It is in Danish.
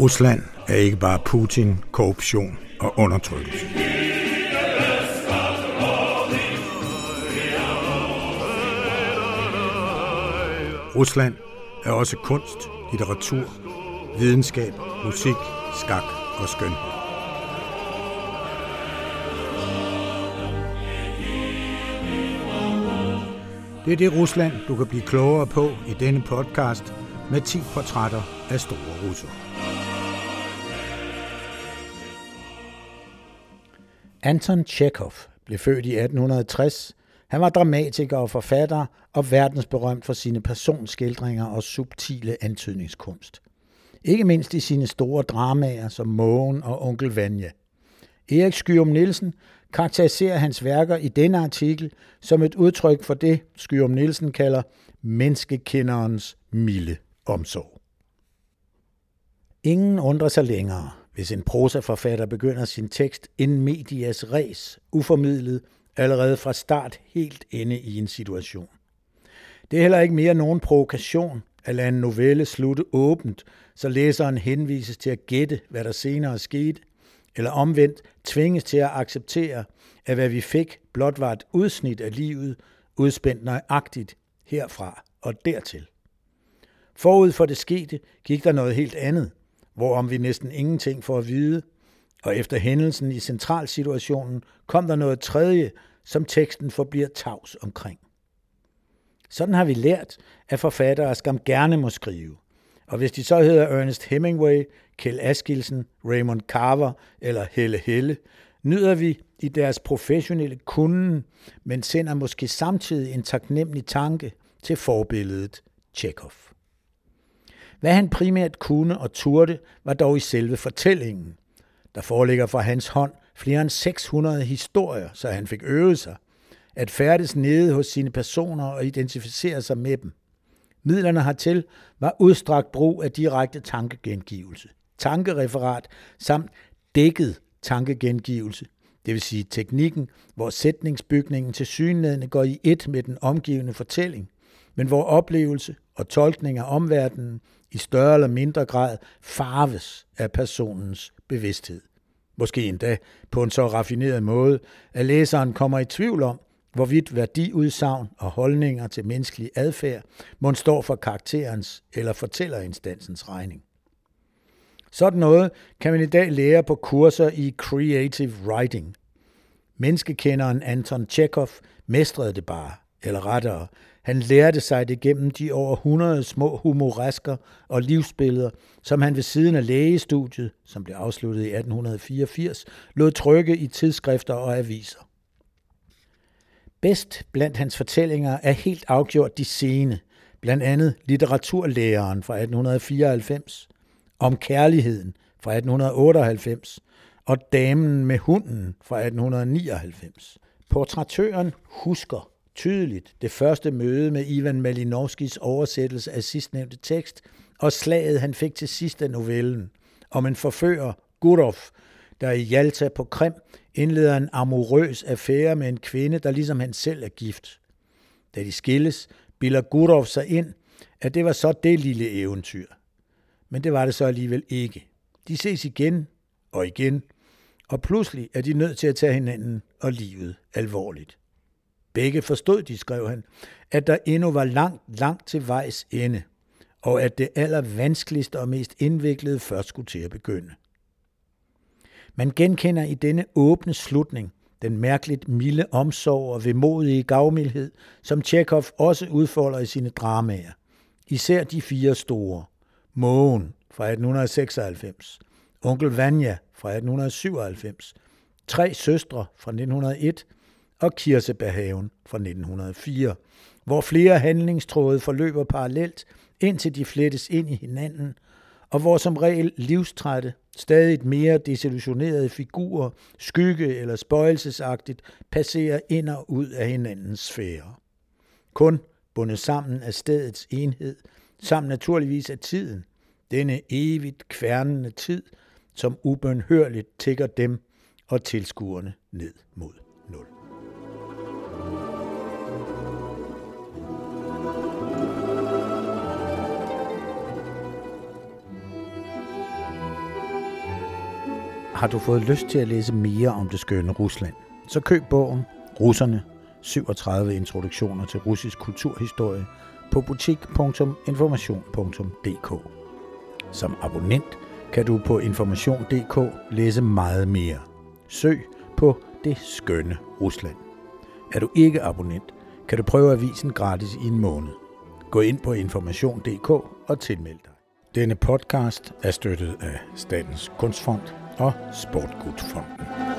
Rusland er ikke bare Putin, korruption og undertrykkelse. Rusland er også kunst, litteratur, videnskab, musik, skak og skønhed. Det er det Rusland, du kan blive klogere på i denne podcast med 10 portrætter af store russere. Anton Tjekhov blev født i 1860. Han var dramatiker og forfatter og verdensberømt for sine personskildringer og subtile antydningskunst. Ikke mindst i sine store dramaer som Mågen og Onkel Vanya. Erik Skyum Nielsen karakteriserer hans værker i denne artikel som et udtryk for det, Skyum Nielsen kalder menneskekenderens milde omsorg. Ingen undrer sig længere, hvis en prosaforfatter begynder sin tekst in medias res, uformidlet, allerede fra start helt inde i en situation. Det er heller ikke mere nogen provokation at lade en novelle slutte åbent, så læseren henvises til at gætte, hvad der senere skete, eller omvendt tvinges til at acceptere, at hvad vi fik blot var et udsnit af livet, udspændt nøjagtigt herfra og dertil. Forud for det skete gik der noget helt andet, hvorom vi næsten ingenting får at vide, og efter hændelsen i centralsituationen kom der noget tredje, som teksten forbliver tavs omkring. Sådan har vi lært, at forfattere skam gerne må skrive, og hvis de så hedder Ernest Hemingway, Kjeld Askildsen, Raymond Carver eller Helle Helle, nyder vi i deres professionelle kunden, men sender måske samtidig en taknemmelig tanke til forbilledet Tjekhov. Hvad han primært kunne og turde, var dog i selve fortællingen. Der foreligger fra hans hånd flere end 600 historier, så han fik øvet sig at færdes nede hos sine personer og identificere sig med dem. Midlerne hertil var udstrakt brug af direkte tankegengivelse, tankereferat samt dækket tankegengivelse, det vil sige teknikken, hvor sætningsbygningen tilsyneladende går i ét med den omgivende fortælling, men hvor oplevelse og tolkning af omverdenen i større eller mindre grad farves af personens bevidsthed. Måske endda på en så raffineret måde, at læseren kommer i tvivl om, hvorvidt værdiudsagn og holdninger til menneskelig adfærd må står for karakterens eller fortællerinstansens regning. Sådan noget kan man i dag lære på kurser i creative writing. Menneskekenderen Anton Tjekhov mestrede det bare, eller rettere, han lærte sig det gennem de over 100 små humoresker og livsbilleder, som han ved siden af lægestudiet, som blev afsluttet i 1884, lod trykke i tidsskrifter og aviser. Bedst blandt hans fortællinger er helt afgjort de sene, blandt andet Litteraturlæreren fra 1894, Om kærligheden fra 1898 og Damen med hunden fra 1899. Portrættøren husker tydeligt det første møde med Ivan Malinovskis oversættelse af sidstnævnte tekst og slaget, han fik til sidst af novellen, om en forfører, Gurov, der i Jalta på Krim indleder en amorøs affære med en kvinde, der ligesom han selv er gift. Da de skilles, bilder Gurov sig ind, at det var så det lille eventyr. Men det var det så alligevel ikke. De ses igen og igen, og pludselig er de nødt til at tage hinanden og livet alvorligt. Begge forstod de, skrev han, at der endnu var langt til vejs ende, og at det allervanskeligste og mest indviklede først skulle til at begynde. Man genkender i denne åbne slutning den mærkeligt milde omsorg og vemodige gavmildhed, som Tjekhov også udfolder i sine dramaer. Især de 4 store. Mågen fra 1896, Onkel Vanya fra 1897, 3 søstre fra 1901 og Kirsebærhaven fra 1904, hvor flere handlingstråde forløber parallelt, indtil de flettes ind i hinanden, og hvor som regel livstrætte, stadig mere desillusionerede figurer, skygge- eller spøgelsesagtigt, passerer ind og ud af hinandens sfære. Kun bundet sammen af stedets enhed, samt naturligvis af tiden, denne evigt kværnende tid, som ubønhørligt tikker dem og tilskuerne ned mod 0. har du fået lyst til at læse mere om det skønne Rusland, så køb bogen Russerne, 37 introduktioner til russisk kulturhistorie på butik.information.dk. Som abonnent kan du på information.dk læse meget mere. Søg på det skønne Rusland. Er du ikke abonnent, kan du prøve avisen gratis i en måned. Gå ind på information.dk og tilmeld dig. Denne podcast er støttet af Statens Kunstfond og Sportgoodfonden.